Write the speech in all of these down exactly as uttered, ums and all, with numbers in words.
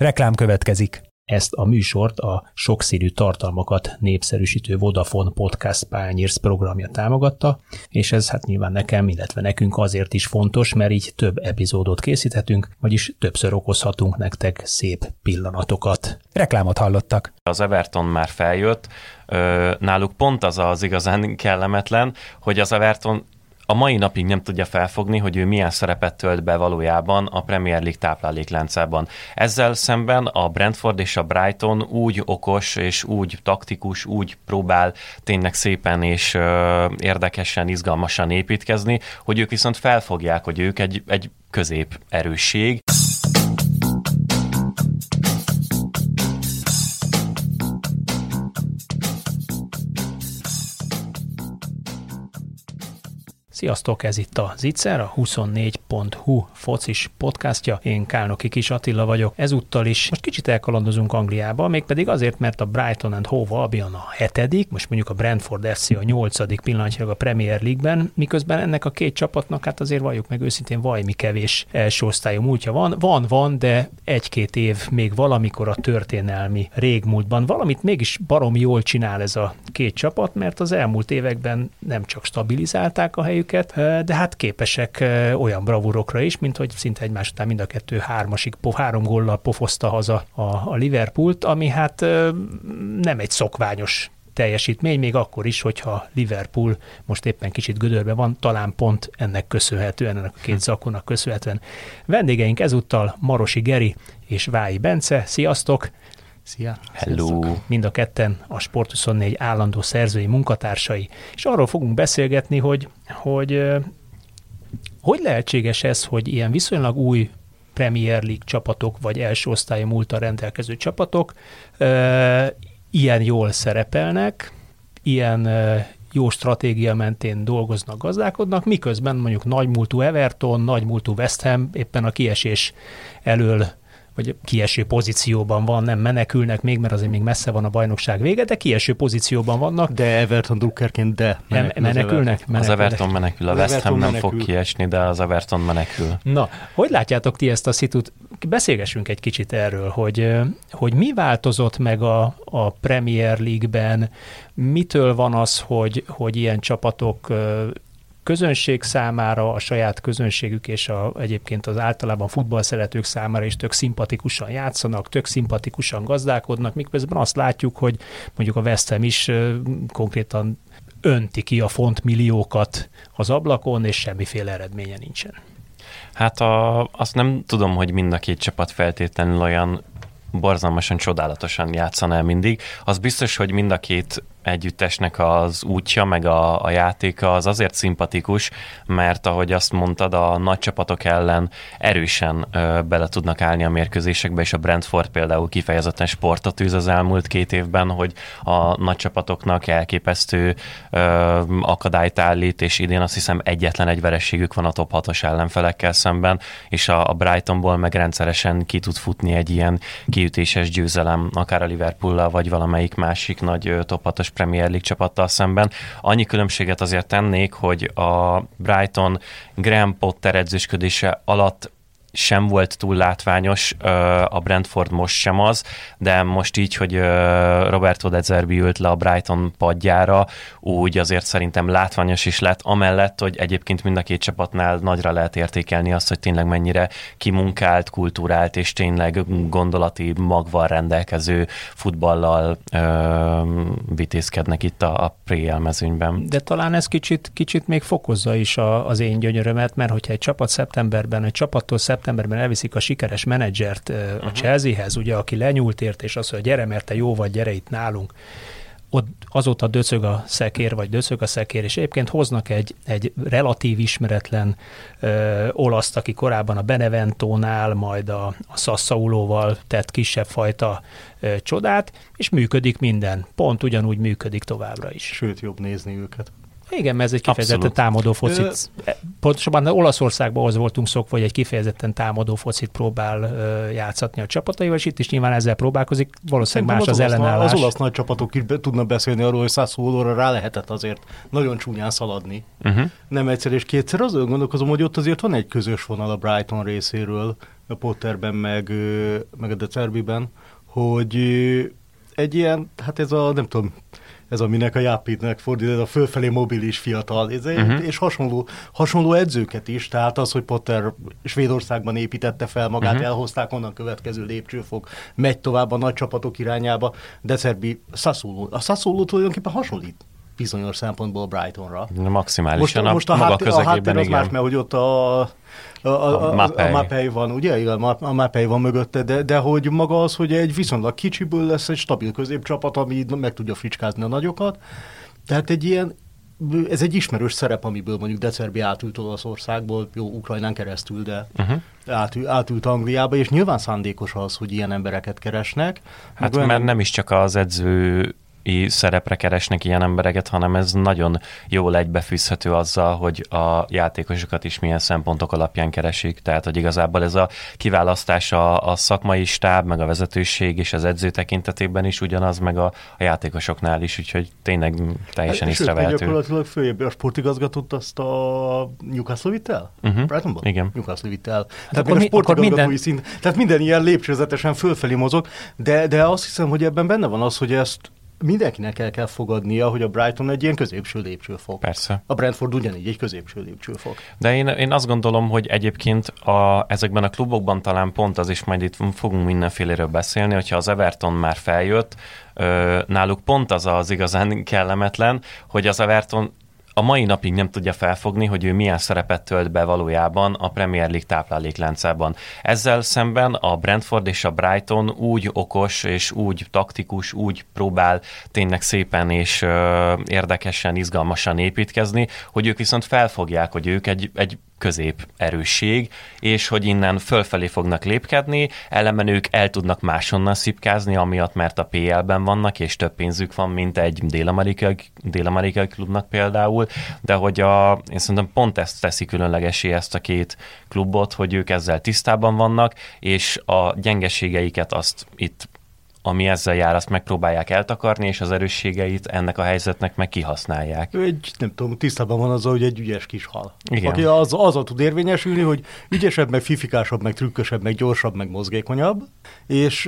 Reklám következik. Ezt a műsort a sokszínű tartalmakat népszerűsítő Vodafone Podcast Pioneers programja támogatta, és ez hát nyilván nekem, illetve nekünk azért is fontos, mert így több epizódot készíthetünk, vagyis többször okozhatunk nektek szép pillanatokat. Reklámot hallottak. Az Everton már feljött, náluk pont az az igazán kellemetlen, hogy az Everton a mai napig nem tudja felfogni, hogy ő milyen szerepet tölt be valójában a Premier League táplálékláncában. Ezzel szemben a Brentford és a Brighton úgy okos és úgy taktikus, úgy próbál tényleg szépen és ö, érdekesen, izgalmasan építkezni, hogy ők viszont felfogják, hogy ők egy, egy közép erősség. Sziasztok, ez itt a Zicser, a huszonnégy pont hu focis podcastja. Én Kálnoki Kis Attila vagyok. Ezúttal is most kicsit elkalandozunk Angliába, mégpedig azért, mert a Brighton and Hove Albion a hetedik, most mondjuk a Brentford ef cé a nyolcadik pillanatnyilag a Premier League-ben, miközben ennek a két csapatnak hát azért valljuk meg őszintén valami kevés első osztályú múltja van. Van, van, de egy-két év még valamikor a történelmi régmúltban valamit mégis baromi jól csinál ez a két csapat, mert az elmúlt években nem csak stabilizálták a helyüket, de hát képesek olyan bravúrokra is, mint hogy szinte egymás után mind a kettő hármasig, három góllal pofozta haza a, a Liverpoolt, ami hát nem egy szokványos teljesítmény, még akkor is, hogyha Liverpool most éppen kicsit gödörbe van, talán pont ennek köszönhetően, ennek a két zakónak köszönhetően. Vendégeink ezúttal Marosi Geri és Vályi Bence. Sziasztok! Szia! Hello! Mind a ketten a Sport huszonnégy állandó szerzői munkatársai. És arról fogunk beszélgetni, hogy hogy, hogy lehetséges ez, hogy ilyen viszonylag új Premier League csapatok, vagy első osztályi múlttal rendelkező csapatok e, ilyen jól szerepelnek, ilyen e, jó stratégia mentén dolgoznak, gazdálkodnak, miközben mondjuk nagymúltú Everton, nagymúltú West Ham éppen a kiesés elől vagy kieső pozícióban van, nem menekülnek még, mert azért még messze van a bajnokság vége, de kieső pozícióban vannak. De Everton drukkerként de menekül, menekülnek. Az Everton menekül, a West Ham nem fog kiesni, de az Everton menekül. Na, hogy látjátok ti ezt a szitut? Beszélgessünk egy kicsit erről, hogy, hogy mi változott meg a, a Premier League-ben, mitől van az, hogy, hogy ilyen csapatok közönség számára, a saját közönségük és a, egyébként az általában futballszeretők számára is tök szimpatikusan játszanak, tök szimpatikusan gazdálkodnak, miközben azt látjuk, hogy mondjuk a West Ham is konkrétan önti ki a fontmilliókat az ablakon, és semmiféle eredménye nincsen. Hát a, azt nem tudom, hogy mind a két csapat feltétlenül olyan borzalmasan, csodálatosan játszana el mindig. Az biztos, hogy mind a két együttesnek az útja, meg a, a játéka az azért szimpatikus, mert ahogy azt mondtad, a nagy csapatok ellen erősen ö, bele tudnak állni a mérkőzésekbe, és a Brentford például kifejezetten sportot űz az elmúlt két évben, hogy a nagy csapatoknak elképesztő ö, akadályt állít, és idén azt hiszem egyetlen egy vereségük van a top hatos ellenfelekkel szemben, és a, a Brightonból meg rendszeresen ki tud futni egy ilyen kiütéses győzelem, akár a Liverpoollal, vagy valamelyik másik nagy ö, top hatos Premier League csapattal szemben. Annyi különbséget azért tennék, hogy a Brighton Graham Potter edzősködése alatt sem volt túl látványos, a Brentford most sem az, de most így, hogy Roberto De Zerbi ült le a Brighton padjára, úgy azért szerintem látványos is lett, amellett, hogy egyébként mind a két csapatnál nagyra lehet értékelni azt, hogy tényleg mennyire kimunkált, kultúrált és tényleg gondolati magval rendelkező futballal ö, vitézkednek itt a, a pré-el mezőnyben. De talán ez kicsit, kicsit még fokozza is a, az én gyönyörömet, mert hogyha egy csapat szeptemberben, egy csapattól szeptemberben elviszik a sikeres menedzsert a uh-huh. Chelseahez, ugye, aki lenyúlt ért, és azt mondja, gyere, mert te jó vagy, gyere itt nálunk. Ott azóta döcög a szekér, vagy döcög a szekér, és egyébként hoznak egy, egy relatív ismeretlen ö, olaszt, aki korábban a Beneventónál, majd a, a Sassuolóval tett kisebb fajta ö, csodát, és működik minden. Pont ugyanúgy működik továbbra is. Sőt, jobb nézni őket. Igen, mert ez egy kifejezetten Abszolút. támadó focit. Pontosabban Olaszországban az voltunk szokva, hogy egy kifejezetten támadó focit próbál játszatni a csapataival, és itt is nyilván ezzel próbálkozik. Valószínűleg más az, az ellenállás. Az olasz nagy csapatok is tudnak beszélni arról, hogy Sassuolóra rá lehetett azért nagyon csúnyán szaladni. Uh-huh. Nem egyszer és kétszer. Azon gondolkozom, hogy ott azért van egy közös vonal a Brighton részéről, a Potterben, meg, meg a De Zerbiben, hogy egy ilyen, hát ez a, nem tudom, ez aminek a Jápitnek fordít, ez a fölfelé mobilis fiatal, ez egy, uh-huh. és hasonló, hasonló edzőket is, tehát az, hogy Potter Svédországban építette fel magát, uh-huh. elhozták onnan következő lépcsőfok, megy tovább a nagy csapatok irányába, De Zerbi Sassuolo, a Sassuolo tulajdonképpen hasonlít bizonyos szempontból Brightonra. Maximálisan most, most a, a maga hát, közegében, a háttér az igen. más, mert hogy ott a A, a, a, a Mapei van, ugye? Igen, a Mapei van mögötte, de, de hogy maga az, hogy egy viszonylag kicsiből lesz egy stabil középcsapat, ami meg tudja fricskázni a nagyokat. Tehát egy ilyen, ez egy ismerős szerep, amiből mondjuk De Zerbi átült Olaszországból, jó, Ukrajnán keresztül, de uh-huh. átült, átült Angliába, és nyilván szándékos az, hogy ilyen embereket keresnek. Hát mert olyan... nem is csak az edző szerepre keresnek ilyen embereket, hanem ez nagyon jól egybefűzhető azzal, hogy a játékosokat is milyen szempontok alapján keresik. Tehát, hogy igazából ez a kiválasztás a, a szakmai stáb, meg a vezetőség és az edző tekintetében is ugyanaz, meg a, a játékosoknál is, úgyhogy tényleg teljesen hát, észrevehető. Sőt, gyakorlatilag följebb a sportigazgatót azt a Newcastle vitt el? Uh-huh. Brightonból? Igen. Newcastle vitt el. Hát tehát még mi, a sportigazgatói minden... szint, tehát minden ilyen lépcsőzetesen fölfelé mozog, de, de azt hiszem, hogy ebben benne van az, hogy ezt mindenkinek el kell fogadnia, hogy a Brighton egy ilyen középső lépcsőfok. Persze. A Brentford ugyanígy egy középső lépcsőfok. De én, én azt gondolom, hogy egyébként a, ezekben a klubokban talán pont az is, majd itt fogunk mindenféléről beszélni, hogyha az Everton már feljött, ö, náluk pont az az igazán kellemetlen, hogy az Everton a mai napig nem tudja felfogni, hogy ő milyen szerepet tölt be valójában a Premier League táplálékláncában. Ezzel szemben a Brentford és a Brighton úgy okos és úgy taktikus, úgy próbál tényleg szépen és ö, érdekesen, izgalmasan építkezni, hogy ők viszont felfogják, hogy ők egy, egy közép erősség, és hogy innen fölfelé fognak lépkedni, ellenben ők el tudnak máshonnan szipkázni, amiatt, mert a pé el-ben vannak, és több pénzük van, mint egy dél-amerikai, dél-amerikai klubnak például, de hogy a, én szerintem pont ezt teszi különlegessé ezt a két klubot, hogy ők ezzel tisztában vannak, és a gyengeségeiket azt itt ami ezzel jár, azt megpróbálják eltakarni, és az erősségeit ennek a helyzetnek meg kihasználják. Ő egy, nem tudom, tisztában van azzal, hogy egy ügyes kis hal. Igen. Aki az, azzal tud érvényesülni, hogy ügyesebb, meg fifikásabb, meg trükkösebb, meg gyorsabb, meg mozgékonyabb, és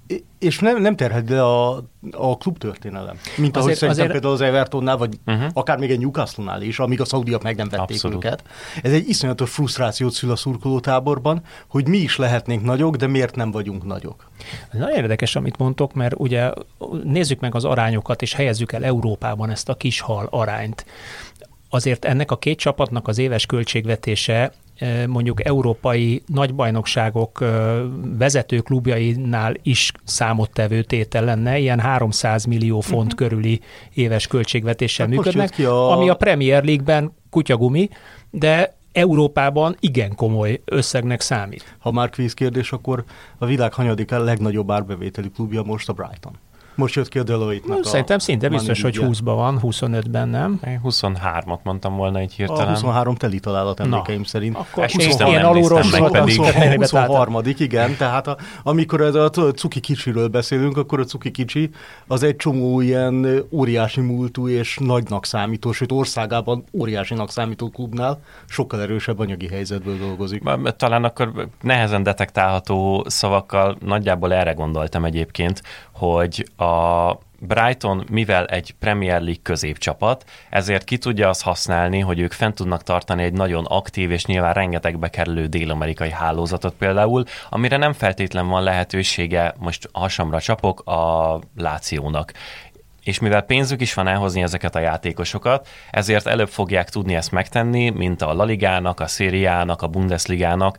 és nem, nem terhed le a, a klubtörténelem. Mint ahogy azért, szerintem azért... például az Evertonnál, vagy uh-huh. akár még egy Newcastle-nál is, amíg a szaudiak meg nem vették Abszolút. őket. Ez egy iszonyatos frusztrációt szül a szurkolótáborban, hogy mi is lehetnénk nagyok, de miért nem vagyunk nagyok. Nagyon érdekes, amit mondtok, mert ugye nézzük meg az arányokat, és helyezzük el Európában ezt a kis hal arányt. Azért ennek a két csapatnak az éves költségvetése mondjuk európai nagybajnokságok vezető klubjainál is számottevő tétel lenne, ilyen háromszáz millió font uh-huh. körüli éves költségvetéssel hát működnek, a... ami a Premier League-ben kutyagumi, de Európában igen komoly összegnek számít. Ha már kvíz kérdés, akkor a világ hanyadik legnagyobb árbevételi klubja most a Brighton. Most jött ki a Deloitte-nak a... Szerintem szinte biztos, hogy húszban van, huszonötben nem. Én huszonhármat mondtam volna egy hirtelen. A huszonhárom teli találat emlékeim szerint. Akkor én alulról voltam. huszonharmadik igen, tehát a, amikor ez a cuki kicsiről beszélünk, akkor a cuki kicsi az egy csomó ilyen óriási múltú és nagynak számító, sőt országában óriásinak számító klubnál sokkal erősebb anyagi helyzetből dolgozik. Talán akkor nehezen detektálható szavakkal nagyjából erre gondoltam egyébként, hogy a Brighton, mivel egy Premier League középcsapat, ezért ki tudja azt használni, hogy ők fent tudnak tartani egy nagyon aktív és nyilván rengetegbe kerülő dél-amerikai hálózatot például, amire nem feltétlen van lehetősége, most hasamra csapok, a Lációnak. És mivel pénzük is van elhozni ezeket a játékosokat, ezért előbb fogják tudni ezt megtenni, mint a La Ligának, a Szériának, a Bundesligának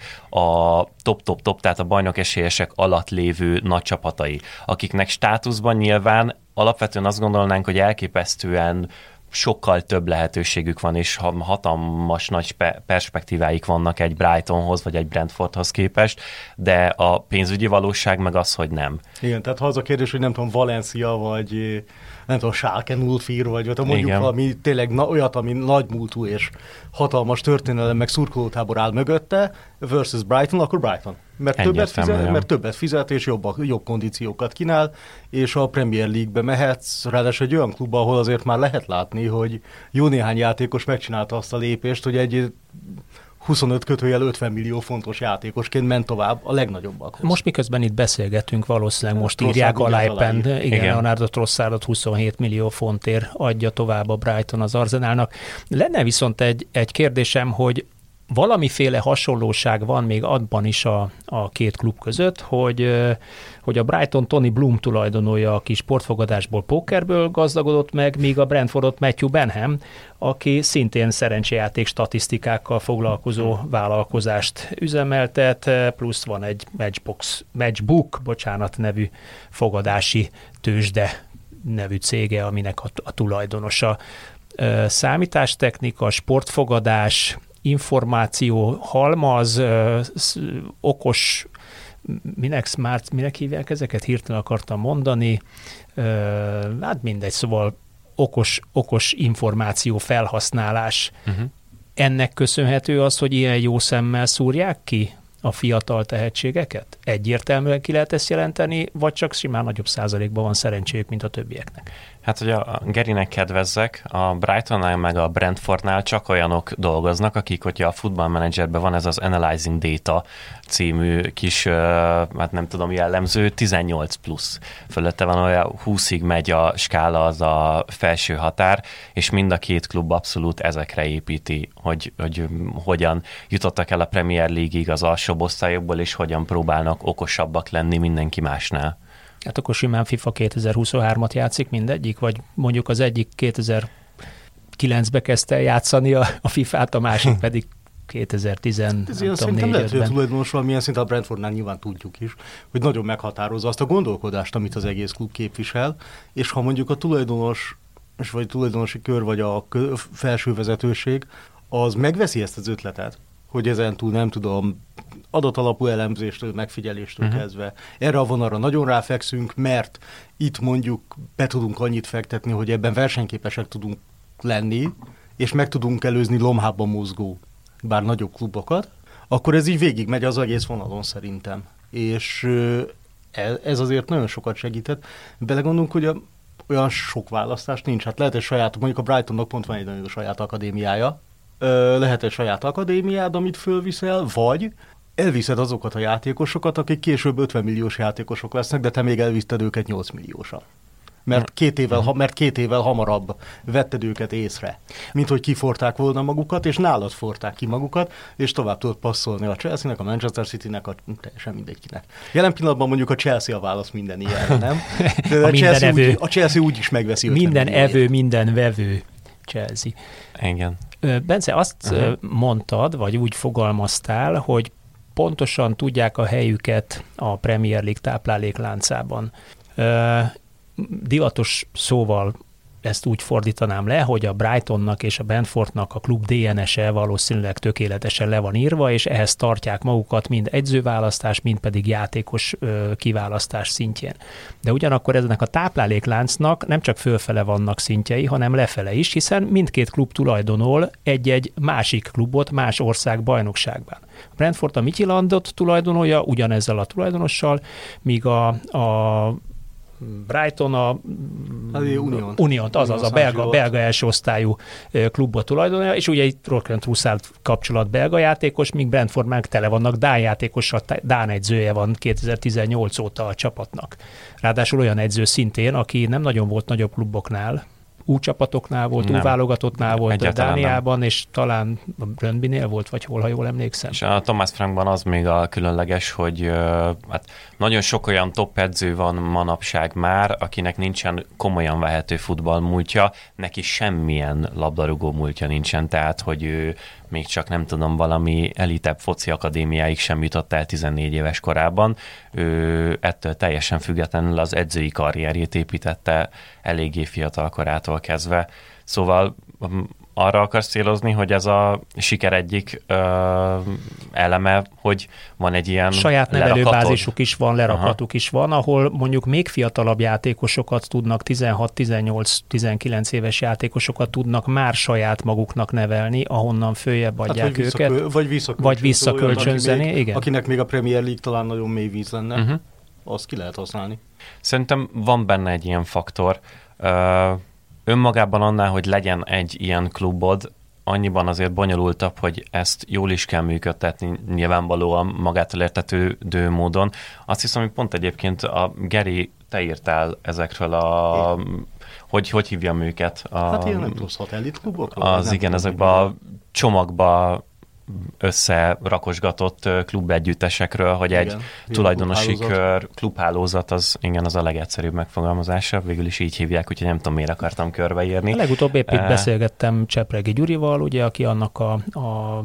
a top-top-top, tehát a bajnok esélyesek alatt lévő nagy csapatai, akiknek státuszban nyilván alapvetően azt gondolnánk, hogy elképesztően sokkal több lehetőségük van, és hatalmas nagy perspektíváik vannak egy Brightonhoz, vagy egy Brentfordhoz képest, de a pénzügyi valóság meg az, hogy nem. Igen, tehát ha az a kérdés, hogy nem tudom, Valencia, vagy nem tudom, Schalke nulla vier, vagy, vagy mondjuk Igen. valami tényleg na, olyat, ami nagy múltú és hatalmas történelem, meg szurkolótábor áll mögötte, versus Brighton, akkor Brighton. Mert többet, fizet, mert többet fizet, és jobb, jobb kondíciókat kínál, és a Premier League-be mehetsz, ráadásul egy olyan klubba, ahol azért már lehet látni, hogy jó néhány játékos megcsinálta azt a lépést, hogy egy huszonöt kötőjel ötven millió fontos játékosként ment tovább a legnagyobbakhoz. Most miközben itt beszélgetünk, valószínűleg most írják a Leipend, igen, igen. Leonardo Trossardot huszonhét millió fontért adja tovább a Brighton az Arsenalnak. Lenne viszont egy, egy kérdésem, hogy valamiféle hasonlóság van még abban is a, a két klub között, hogy, hogy a Brighton Tony Bloom tulajdonolja, aki sportfogadásból, pókerből gazdagodott meg, míg a Brentfordot Matthew Benham, aki szintén szerencsejáték statisztikákkal foglalkozó vállalkozást üzemeltet, plusz van egy Matchbox, Matchbook, bocsánat, nevű fogadási tőzsde nevű cége, aminek a, a tulajdonosa. Számítástechnika, sportfogadás, információ, halmaz, ö, sz, okos, minek smart, minek hívják ezeket? Hirtelen akartam mondani. Ö, hát mindegy, szóval okos, okos információ felhasználás. Uh-huh. Ennek köszönhető az, hogy ilyen jó szemmel szúrják ki a fiatal tehetségeket? Egyértelműen ki lehet ezt jelenteni, vagy csak simán nagyobb százalékban van szerencséjük, mint a többieknek? Hát, hogy a Gerinek kedvezzek, a Brightonnál meg a Brentfordnál csak olyanok dolgoznak, akik, hogyha a Football Managerben van ez az Analyzing Data című kis, hát nem tudom, jellemző, tizennyolc plusz. Fölötte van olyan húszig megy a skála, az a felső határ, és mind a két klub abszolút ezekre építi, hogy, hogy hogyan jutottak el a Premier League-ig az alsóbb osztályokból, és hogyan próbálnak okosabbak lenni mindenki másnál. Hát akkor simán FIFA kétezer-huszonhármat játszik mindegyik, vagy mondjuk az egyik kétezer-kilencbe kezdte játszani a, a fifát, a másik pedig kétezer-tizennégyben. Ez ilyen szerintem lehet, hogy a tulajdonos valamilyen szinten a Brentfordnál nyilván tudjuk is, hogy nagyon meghatározza azt a gondolkodást, amit az egész klub képvisel, és ha mondjuk a tulajdonos, vagy a tulajdonosi kör, vagy a felső vezetőség, az megveszi ezt az ötletet, hogy ezentúl nem tudom, adatalapú elemzéstől, megfigyeléstől uh-huh. kezdve. Erre a vonalra nagyon ráfekszünk, mert itt mondjuk be tudunk annyit fektetni, hogy ebben versenyképesek tudunk lenni, és meg tudunk előzni lomhában mozgó, bár nagyobb klubokat, akkor ez így végigmegy az egész vonalon szerintem. És ez azért nagyon sokat segített. Belegondolunk, hogy a, olyan sok választás nincs. Hát lehet egy saját, mondjuk a Brightonnak pont van egy nagyon saját akadémiája, lehet egy saját akadémiád, amit fölviszel, vagy elviszed azokat a játékosokat, akik később ötven milliós játékosok lesznek, de te még elviszted őket nyolc milliósan. Mert két évvel, ha, mert két évvel hamarabb vetted őket észre, mint hogy kiforták volna magukat, és nálad forták ki magukat, és tovább tudod passzolni a Chelsea-nek, a Manchester City-nek, a, teljesen mindegykinek. Jelen pillanatban mondjuk a Chelsea a válasz minden ilyen, nem? De a, a, Chelsea úgy, a Chelsea úgy is megveszi minden evő, minden vevő Chelsea. Igen. Bence, azt uh-huh. mondtad, vagy úgy fogalmaztál, hogy pontosan tudják a helyüket a Premier League táplálékláncában. Divatos szóval ezt úgy fordítanám le, hogy a Brightonnak és a Brentfordnak a klub dé en es-e valószínűleg tökéletesen le van írva, és ehhez tartják magukat mind edzőválasztás, mind pedig játékos kiválasztás szintjén. De ugyanakkor ennek a táplálékláncnak nem csak fölfele vannak szintjei, hanem lefele is, hiszen mindkét klub tulajdonol egy-egy másik klubot más ország bajnokságban. A Brentford a Midtjyllandot tulajdonolja ugyanezzel a tulajdonossal, míg a, a Brighton a Unión. Uniónt, azaz a belga, belga első osztályú klubba tulajdonolja, és ugye itt Roland Trussard kapcsolat belga játékos, míg Brentford meg tele vannak dán játékossal, dán edzője van kétezer-tizennyolc óta a csapatnak. Ráadásul olyan edző szintén, aki nem nagyon volt nagyobb kluboknál, U csapatoknál volt, U válogatottnál volt egyáltalán Dániában, nem. És talán a Brøndbynél volt, vagy hol, ha jól emlékszem. És a Thomas Frankban az még a különleges, hogy hát nagyon sok olyan top edző van manapság már, akinek nincsen komolyan vehető futballmúltja, neki semmilyen labdarúgó múltja nincsen, tehát hogy ő még csak nem tudom, valami elitebb foci akadémiáig sem jutott el tizennégy éves korában. Ő ettől teljesen függetlenül az edzői karrierjét építette eléggé fiatal korától kezdve. Szóval arra akarsz célozni, hogy ez a siker egyik ö, eleme, hogy van egy ilyen saját nevelőbázisuk is van, lerakatuk Aha. is van, ahol mondjuk még fiatalabb játékosokat tudnak, tizenhat, tizennyolc, tizenkilenc éves játékosokat tudnak már saját maguknak nevelni, ahonnan följebb adják hát, vagy őket. Visszakö, vagy visszakölcsönzeni. Vagy visszakölcsönzeni, olyan, igen. Akinek még a Premier League talán nagyon mély víz lenne, uh-huh. azt ki lehet használni. Szerintem van benne egy ilyen faktor. Ö, önmagában annál, hogy legyen egy ilyen klubod, annyiban azért bonyolultabb, hogy ezt jól is kell működtetni, nyilvánvalóan magától értetődő módon. Azt hiszem, hogy pont egyébként a Geri, te írtál ezekről a... Én. Hogy, hogy hívjam őket? A, hát ilyen nem plusz hat elit klubok? Az igen, ezekben a csomagba összerakosgatott klubegyüttesekről, hogy igen, egy tulajdonosi kör, klubhálózat, az igen, az a legegyszerűbb megfogalmazása, végül is így hívják, úgyhogy nem tudom, miért akartam körbeírni. A legutóbb épp itt uh, beszélgettem Csepregi Gyurival, ugye, aki annak a, a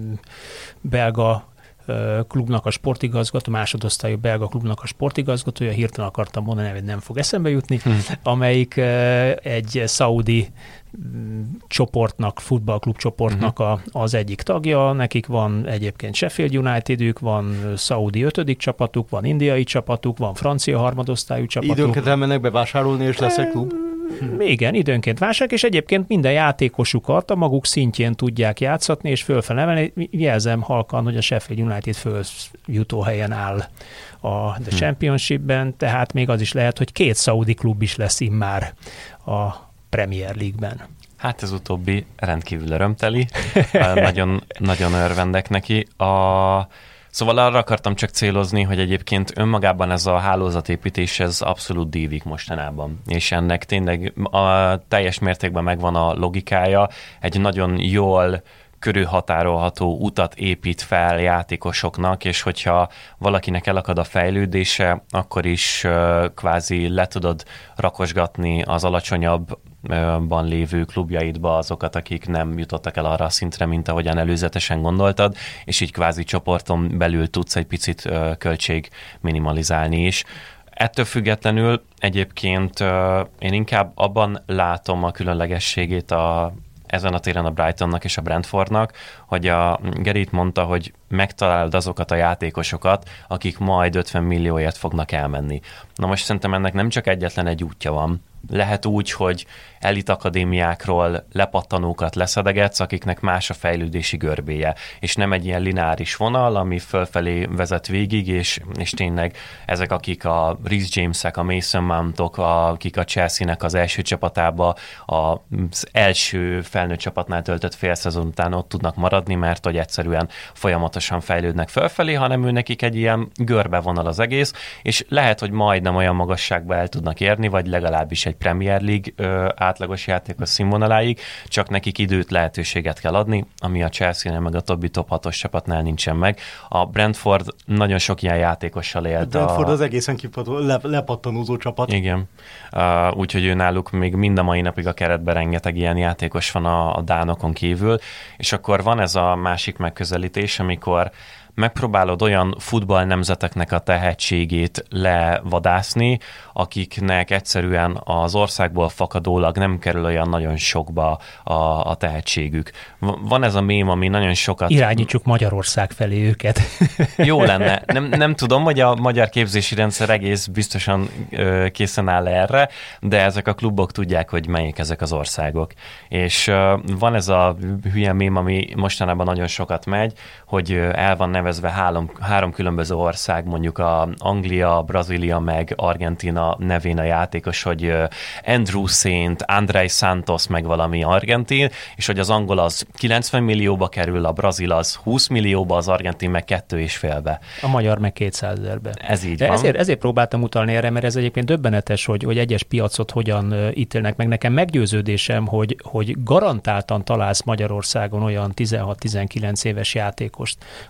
belga klubnak a sportigazgató, másodosztályú belga klubnak a sportigazgatója, hirtelen akartam mondani, hogy nem fog eszembe jutni, hmm. amelyik egy szaudi csoportnak, futballklub csoportnak a, az egyik tagja, nekik van egyébként Sheffield Unitedük, van szaudi ötödik csapatuk, van indiai csapatuk, van francia harmadosztályú csapatuk. Időnként elmennek bevásárolni, és lesz egy klub? Igen, időnként válság, és egyébként minden játékosukat a maguk szintjén tudják játszatni, és fölfelemelni. Jelzem halkan, hogy a Sheffield United följutó helyen áll a The hmm. Championshipben, tehát még az is lehet, hogy két szaudi klub is lesz immár a Premier League-ben. Hát ez utóbbi rendkívül örömteli, nagyon, nagyon örvendek neki. A... Szóval arra akartam csak célozni, hogy egyébként önmagában ez a hálózatépítés, ez abszolút dívik mostanában. És ennek tényleg a teljes mértékben megvan a logikája, egy nagyon jól körülhatárolható utat épít fel játékosoknak, és hogyha valakinek elakad a fejlődése, akkor is uh, kvázi le tudod rakosgatni az alacsonyabb ban lévő klubjaidba azokat, akik nem jutottak el arra a szintre, mint ahogyan előzetesen gondoltad, és így kvázi csoporton belül tudsz egy picit uh, költség minimalizálni is. Ettől függetlenül egyébként uh, én inkább abban látom a különlegességét a ezen a téren a Brightonnak és a Brentfordnak, hogy a Gerit mondta, hogy megtalálod azokat a játékosokat, akik majd ötven millióért fognak elmenni. Na most szerintem ennek nem csak egyetlen egy útja van. Lehet úgy, hogy elit akadémiákról lepattanókat leszedegetsz, akiknek más a fejlődési görbéje, és nem egy ilyen lineáris vonal, ami fölfelé vezet végig, és, és tényleg ezek, akik a Reece Jamesek, a Mason Mountok, akik a Chelsea-nek az első csapatába, az első felnőtt csapatnál töltött fél szezon után ott tudnak maradni, mert hogy egyszerűen folyamatosan fejlődnek fölfelé, hanem ő nekik egy ilyen görbevonal az egész, és lehet, hogy majdnem olyan magasságba el tudnak érni, vagy legalábbis egy Premier League ö, átlagos játékos színvonaláig, csak nekik időt, lehetőséget kell adni, ami a Chelsea-nél meg a többi top hatos csapatnál nincsen meg. A Brentford nagyon sok ilyen játékossal élt. A Brentford a... az egészen kipató, le, lepattanózó csapat. Igen. Uh, úgyhogy ő náluk még mind a mai napig a keretben rengeteg ilyen játékos van a, a dánokon kívül, és akkor van ez a másik megközelítés, amikor megpróbálod olyan futballnemzeteknek a tehetségét levadászni, akiknek egyszerűen az országból fakadólag nem kerül olyan nagyon sokba a, a tehetségük. Van ez a mém, ami nagyon sokat... Irányítsuk Magyarország felé őket. Jó lenne. Nem, nem tudom, hogy a magyar képzési rendszer egész biztosan ö, készen áll erre, de ezek a klubok tudják, hogy melyik ezek az országok. És ö, van ez a hülye mém, ami mostanában nagyon sokat megy, hogy el van nevezve három, három különböző ország, mondjuk a Anglia, Brazília meg Argentina nevén a játékos, hogy Andrew Saint, Andrei Santos meg valami argentin, és hogy az angol az kilencven millióba kerül, a brazil az húsz millióba, az argentin meg kettő és félbe. A magyar meg kétszázezer-be. Ez így De van. Ezért, ezért próbáltam utalni erre, mert ez egyébként döbbenetes, hogy, hogy egyes piacot hogyan ítélnek meg. Nekem meggyőződésem, hogy, hogy garantáltan találsz Magyarországon olyan tizenhat-tizenkilenc éves játékost, akit ha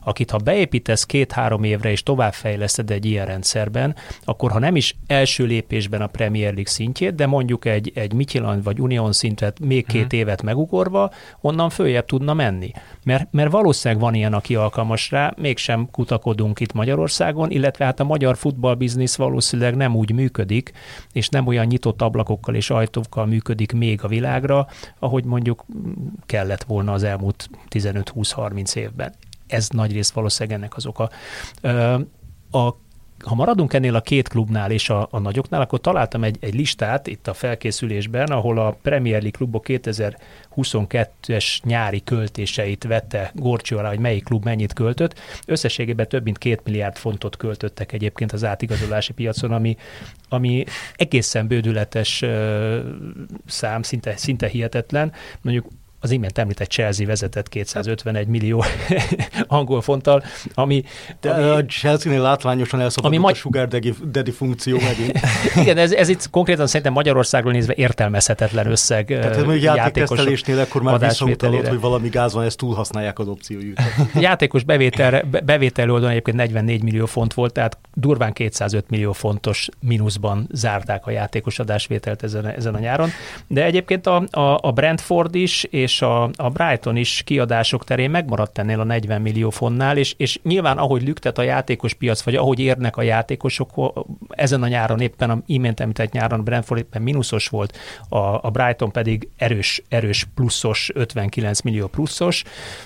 beépítesz két-három évre és továbbfejleszted egy ilyen rendszerben, akkor ha nem is első lépésben a Premier League szintjét, de mondjuk egy, egy Michelin vagy Union szintet még két hmm. évet megugorva, onnan följebb tudna menni. Mert, mert valószínűleg van ilyen, aki alkalmas rá, mégsem kutakodunk itt Magyarországon, illetve hát a magyar futballbiznisz valószínűleg nem úgy működik, és nem olyan nyitott ablakokkal és ajtókkal működik még a világra, ahogy mondjuk kellett volna az elmúlt tizenöt-húsz-harminc évben. Ez nagyrészt valószínűleg ennek az oka. A Ha maradunk ennél a két klubnál és a, a nagyoknál, akkor találtam egy, egy listát itt a felkészülésben, ahol a Premier League klubok kétezer-huszonkettes nyári költéseit vette górcső alá, hogy melyik klub mennyit költött. Összességében több mint két milliárd fontot költöttek egyébként az átigazolási piacon, ami, ami egészen bődületes uh, szám, szinte, szinte hihetetlen. Mondjuk az imént említett Chelsea vezetett kétszázötvenegy millió angol fonttal, ami... De ami, a Chelsea-nél látványosan elszabadult magy- a sugar daddy funkció megint. Igen, ez, ez itt konkrétan szerintem Magyarországról nézve értelmezhetetlen összeg. Tehát ez még játéktesztelésnél akkor már visszautalod, hogy valami gáz van, ezt túlhasználják az opciójukat. Játékos bevétel, bevétel oldalon egyébként negyvennégy millió font volt, tehát durván kétszázöt millió fontos mínuszban zárták a játékos adásvételt ezen, ezen a nyáron. De egyébként a, a, a Brentford is, és a, a Brighton is kiadások terén megmaradt ennél a negyven millió fontnál, és, és nyilván ahogy lüktet a játékos piac, vagy ahogy érnek a játékosok, ezen a nyáron éppen, a imént említett nyáron Brentford éppen mínuszos volt, a, a Brighton pedig erős, erős pluszos, ötvenkilenc millió pluszos,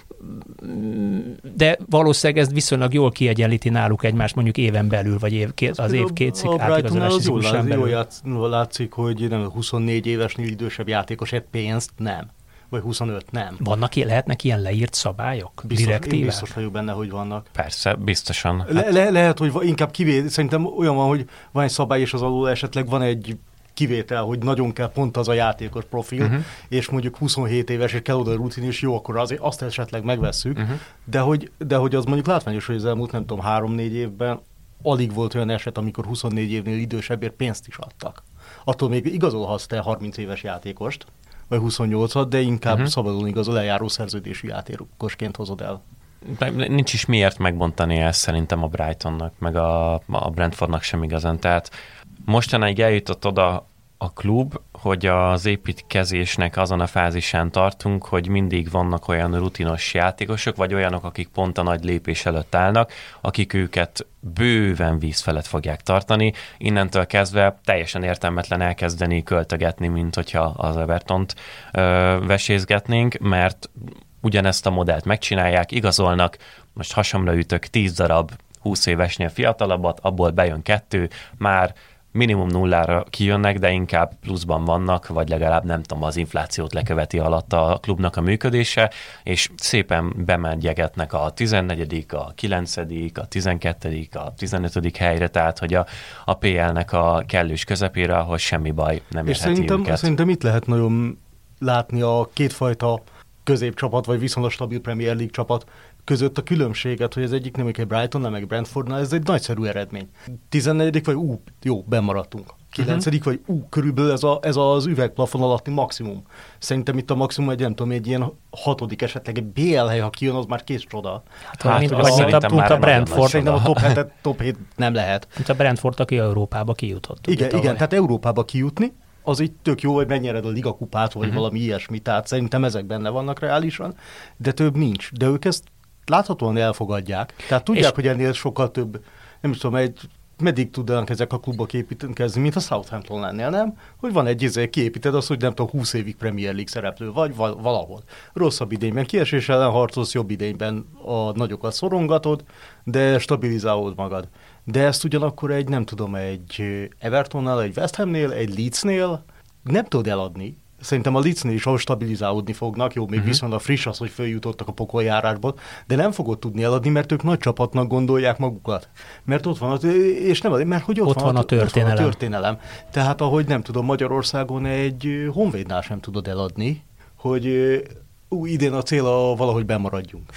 de valószínűleg ez viszonylag jól kiegyenlíti náluk egymást mondjuk éven belül, vagy év, két, az év két szik átigazolási ciklusán belül. Jól látszik, hogy nem huszonnégy évesnél idősebb játékos egy pénzt nem. Vagy huszonöt, nem. Vannak, lehetnek ilyen leírt szabályok? Biztos, direktívák? Én biztos vagyok benne, hogy vannak. Persze, biztosan. Le, hát... le, lehet, hogy inkább kivétel, szerintem olyan van, hogy van egy szabály, és az alól esetleg van egy kivétel, hogy nagyon kell pont az a játékos profil, uh-huh. és mondjuk huszonhét éves, és kell oda a rutin, és jó, akkor azért azt esetleg megvesszük, uh-huh. de, hogy, de hogy az mondjuk látványos, hogy az elmúlt, nem tudom, három-négy évben alig volt olyan eset, amikor huszonnégy évnél idősebbért pénzt is adtak. Attól még igazolhatsz te harminc éves játékost, vagy huszonnyolcat, de inkább uh-huh. szabadon igazol, lejáró szerződésű játékosként hozod el. Nincs is miért megbontani ezt szerintem a Brightonnak, meg a, a Brentfordnak sem igazán. Tehát mostanáig eljutott oda a klub, hogy az építkezésnek azon a fázisán tartunk, hogy mindig vannak olyan rutinos játékosok, vagy olyanok, akik pont a nagy lépés előtt állnak, akik őket bőven víz felett fogják tartani. Innentől kezdve teljesen értelmetlen elkezdeni költögetni, mint hogyha az Evertont ö, vesézgetnénk, mert ugyanezt a modellt megcsinálják, igazolnak, most hasamra ütök tíz darab húsz évesnél fiatalabbat, abból bejön kettő, már minimum nullára kijönnek, de inkább pluszban vannak, vagy legalább nem tudom, az inflációt leköveti alatt a klubnak a működése, és szépen bemegyegetnek a tizennegyedik, a kilencedik, a tizenkettedik, a tizenötödik helyre, tehát hogy a, a pé el-nek a kellős közepére, ahol semmi baj nem és érheti szerintem, őket. szerintem itt lehet nagyon látni a kétfajta középcsapat, vagy viszonylag stabil Premier League csapat között a különbséget, hogy az egyik nem egy Brighton, nem egy Brentfordnál, ez egy nagyszerű eredmény. tizennegyedik vagy ú, jó, bemaradtunk. kilencedik uh-huh. vagy ú, körülbelül ez, a, ez az üvegplafon alatti maximum. Szerintem itt a maximum egy, nem tudom, egy ilyen hatodik, esetleg egy bé el hely, ha kijön, az már kész csoda. Hát, hát, mint, vagy mint a, a Brentford. Szerintem a top, hetet, top hét nem lehet. Mint a Brentford, aki Európába kijutott. Igen, igen, tehát Európába kijutni, az így tök jó, hogy megnyered a ligakupát, vagy uh-huh. valami ilyesmi, tehát szerintem ezek benne vannak reálisan, de több nincs. De ők ezt láthatóan elfogadják. Tehát tudják, és... hogy ennél sokkal több, nem is tudom, egy, meddig tudnak ezek a klubok építkezni, mint a Southampton lennél, nem? Hogy van egy izé, kiépíted azt, hogy nem tudom, húsz évig Premier League szereplő vagy val- valahol. Rosszabb idényben kiesés ellen harcolsz, jobb idényben a nagyokat szorongatod, de stabilizálod magad. De ezt ugyanakkor egy, nem tudom, egy Evertonnál, egy West Hamnél, egy Leedsnél nem tudod eladni. Szerintem a Leedsnél is ahol stabilizálódni fognak, jó, még uh-huh. viszonylag friss az, hogy följutottak a pokoljárásból, de nem fogod tudni eladni, mert ők nagy csapatnak gondolják magukat. Mert ott van, a, és nem, mert hogy ott, ott, van, van, a, történelem. ott van a történelem. Tehát ahogy nem tudom, Magyarországon egy Honvédnál sem tudod eladni, hogy ú, idén a cél a valahogy bemaradjunk.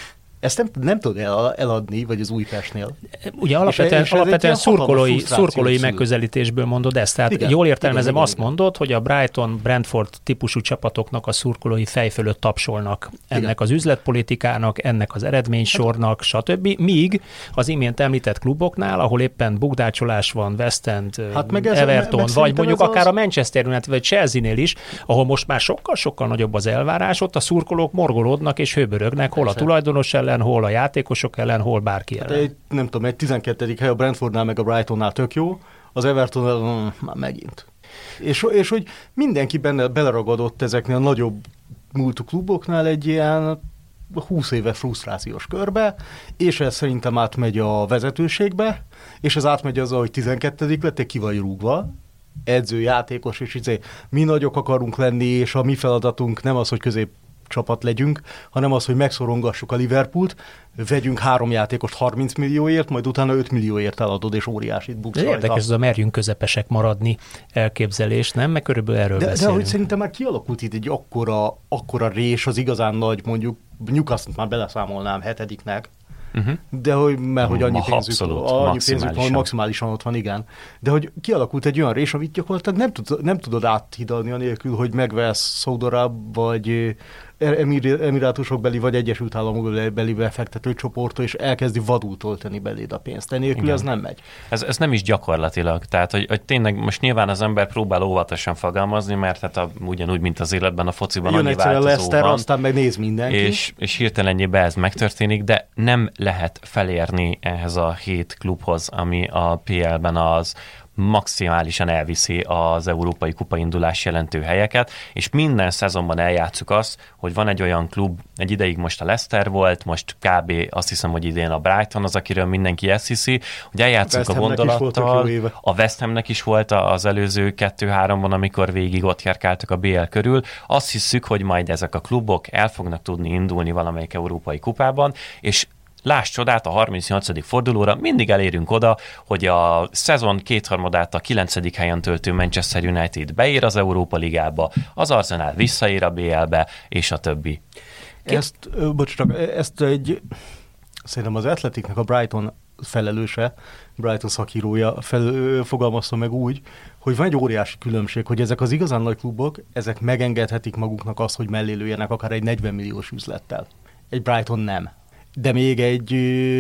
Ezt nem, nem tudod el, eladni, vagy az Újpestnél. Ugye alapvetően, alapvetően szurkolói, szurkolói megközelítésből mondod ezt. Tehát igen, jól értelmezem, igen, azt igen. mondod, hogy a Brighton-Brentford típusú csapatoknak a szurkolói fej fölött tapsolnak ennek igen. az üzletpolitikának, ennek az eredménysornak, hát, stb. Míg az imént említett kluboknál, ahol éppen bugdácsolás van, West End, hát Everton, a, vagy mondjuk akár az... a Manchester United, vagy Chelsea-nél is, ahol most már sokkal-sokkal nagyobb az elvárás, ott a szurkolók morgolódnak és hőbörögnek, hol a tulajdonos ellen, hol a játékosok ellen, hol bárki ellen. Hát egy, nem tudom, egy tizenkettedik hely a Brentfordnál meg a Brightonnál tök jó, az Evertonnál már megint. És, és hogy mindenki benne beleragadott ezeknél a nagyobb múltú kluboknál egy ilyen húsz éve frusztrációs körbe, és ez szerintem átmegy a vezetőségbe, és ez átmegy azzal, hogy tizenkettedik lett, ki vagy rúgva, edző, játékos, és izé, mi nagyok akarunk lenni, és a mi feladatunk nem az, hogy közép csapat legyünk, hanem az, hogy megszorongassuk a Liverpoolt, vegyünk három játékost harminc millióért, majd utána öt millióért eladod, és óriásit buksz rajta. Érdekes, ez a merjünk közepesek maradni elképzelés, nem? Meg körülbelül erről de, beszélünk. De hogy szerintem már kialakult itt egy akkora, akkora rés, az igazán nagy, mondjuk Newcastle-t már beleszámolnám hetediknek, uh-huh. de hogy, mert hogy annyi pénzük, Abszolút, annyi pénzük van, maximálisan ott van, igen. De hogy kialakult egy olyan rés, amit gyakorlatilag nem, tud, nem tudod áthidalni anélkül, hogy megvesz Szaudaráb, vagy Emir, Emirátusok beli, vagy Egyesült Államok beli befektető csoporttól, és elkezdi vadul tölteni beléd a pénzt. Enélkül ez nem megy. Ez, ez nem is gyakorlatilag. Tehát, hogy, hogy tényleg most nyilván az ember próbál óvatosan fogalmazni, mert hát a, ugyanúgy, mint az életben, a fociban jön annyi változó Leszter, van. Aztán meg néz mindenki. És, és hirtelenjében ez megtörténik, de nem lehet felérni ehhez a hét klubhoz, ami a pé el-ben az maximálisan elviszi az Európai Kupa indulás jelentő helyeket, és minden szezonban eljátszuk azt, hogy van egy olyan klub, egy ideig most a Leicester volt, most kb. Azt hiszem, hogy idén a Brighton az, akiről mindenki ezt hiszi, hogy eljátszunk a, a gondolattal, a West Hamnek is volt az előző kettő-háromban, amikor végig ott járkáltak a bé el körül, azt hiszük, hogy majd ezek a klubok el fognak tudni indulni valamelyik Európai Kupában, és láss csodát, a harmincnyolcadik fordulóra mindig elérünk oda, hogy a szezon kétharmadát a kilencedik helyen töltő Manchester United beér az Európa Ligába, az Arsenal visszaér a bé el-be, és a többi. Ezt, bocs, csak, ezt egy, szerintem az Athleticnek a Brighton felelőse, Brighton szakírója fel, fogalmazta meg úgy, hogy van egy óriási különbség, hogy ezek az igazán nagy klubok, ezek megengedhetik maguknak azt, hogy mellé lőjenek akár egy negyven milliós üzlettel. Egy Brighton nem. De még egy,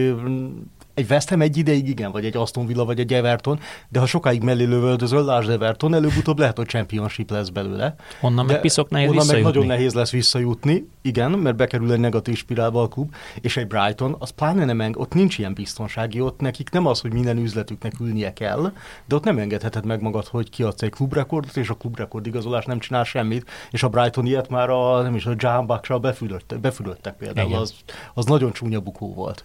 egy West Ham egy ideig igen, vagy egy Aston Villa, vagy egy Everton, de ha sokáig mellé lövöldözöl, lásd Everton, előbb-utóbb lehet, hogy championship lesz belőle. Onnan meg piszok nehéz onnan visszajutni. Meg nagyon nehéz lesz visszajutni, igen, mert bekerül egy negatív spirálba a klub, és egy Brighton, az pláne nem enged, ott nincs ilyen biztonsági, ott nekik nem az, hogy minden üzletüknek ülnie kell, de ott nem engedheted meg magad, hogy kiadsz egy klubrekordot, és a klubrekord igazolás nem csinál semmit, és a Brighton ilyet már a, nem is, a Jahan Bucksal befülöttek, befülöttek például, az, az nagyon csúnya bukó volt.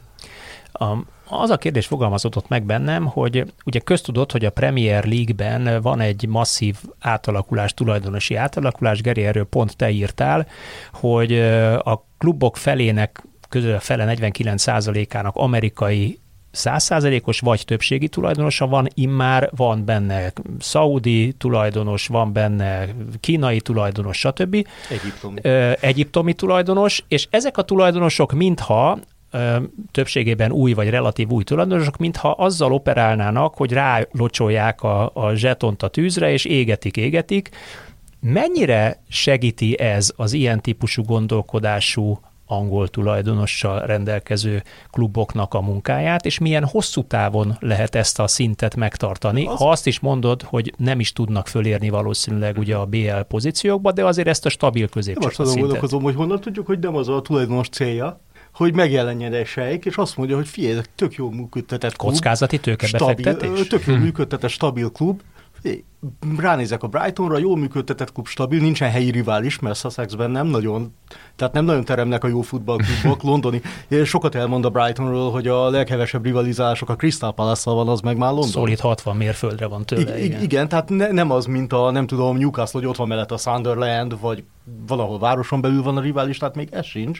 Az a kérdés fogalmazott meg bennem, hogy ugye köztudott, hogy a Premier League-ben van egy masszív átalakulás, tulajdonosi átalakulás, Geri, erről pont te írtál, hogy a klubok felének, közül a fele negyvenkilenc százalékának amerikai száz százalékos vagy többségi tulajdonosa van, immár van benne szaudi tulajdonos, van benne kínai tulajdonos, stb. Egyiptomi. Egyiptomi tulajdonos, és ezek a tulajdonosok mintha többségében új vagy relatív új tulajdonosok, mintha azzal operálnának, hogy rálocsolják a, a zsetont a tűzre, és égetik, égetik. Mennyire segíti ez az ilyen típusú gondolkodású angol tulajdonossal rendelkező kluboknak a munkáját, és milyen hosszú távon lehet ezt a szintet megtartani, az... ha azt is mondod, hogy nem is tudnak fölérni valószínűleg ugye a bé el pozíciókba, de azért ezt a stabil középcsapat szintet. Most azon gondolkozom, hogy honnan tudjuk, hogy nem az a tulajdonos célja, hogy megjelenjen egy sejk, és azt mondja, hogy figyelj, tök jó működtetett klub. Kockázati tőkebefektetés? Tök jó működtetett, stabil klub. Ránézek a Brightonra, jól működtetett klub, stabil, nincsen helyi rivális, mert Sussexben nem nagyon, tehát nem nagyon teremnek a jó futballklubok, londoni. Sokat elmond a Brightonról, hogy a leghevesebb rivalizálások a Crystal Palace-szal van, az meg már London. Szolid hatvan mérföldre van tőle. I- igen. igen, tehát ne, nem az, mint a, nem tudom, Newcastle, hogy ott van mellett a Sunderland, vagy valahol városon belül van a rivális, tehát még ez sincs.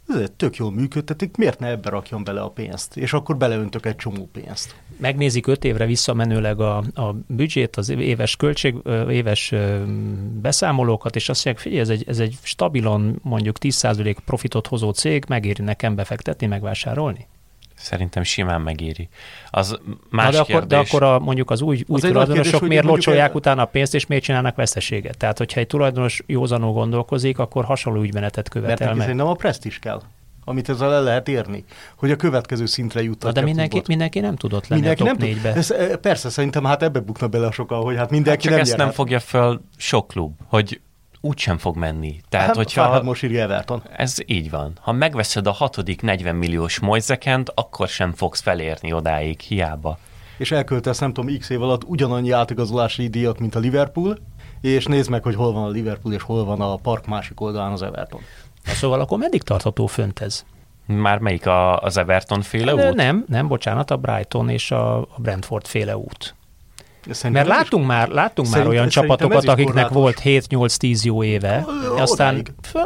ez tök jól működtetik, miért ne ebbe rakjon bele a pénzt? És akkor beleöntök egy csomó pénzt. Megnézik öt évre visszamenőleg a, a büdzsét, az éves költség, éves beszámolókat, és azt mondják, figyelj, ez egy, ez egy stabilan mondjuk tíz százalék profitot hozó cég, megéri nekem befektetni, megvásárolni? Szerintem simán megéri. Az más de akkor, kérdés. de akkor a, mondjuk az új, új tulajdonosok miért locsolják el... utána a pénzt, és miért csinálnak veszteséget? Tehát, hogyha egy tulajdonos józanul gondolkozik, akkor hasonló ügymenetet követel Mert meg. Mert nem a presztízs kell, amit ezzel el lehet érni, hogy a következő szintre juttatja. De mindenki, mindenki nem tudott lenni mindenki a top nem négybe. Ez, persze, szerintem hát ebbe bukna bele sokkal, hogy hát mindenki hát csak nem ezt nyer. nem fogja föl sok klub, hogy úgysem fog menni. Tehát, hát, hogyha... Hát most írja Everton. Ez így van. Ha megveszed a hatodik negyven milliós Moisekent, akkor sem fogsz felérni odáig, hiába. És elköltesz, nem tudom, x év alatt ugyanannyi átigazolási díjat, mint a Liverpool, és nézd meg, hogy hol van a Liverpool, és hol van a park másik oldalán az Everton. Na, szóval akkor meddig tartható fönt ez? Már melyik a, az Everton féle út? Nem, nem, bocsánat, a Brighton és a Brentford féle út. Szerintem Mert láttunk már, láttunk szerint, már olyan csapatokat, akiknek korlátos. Volt hét nyolc tíz jó éve, o, aztán...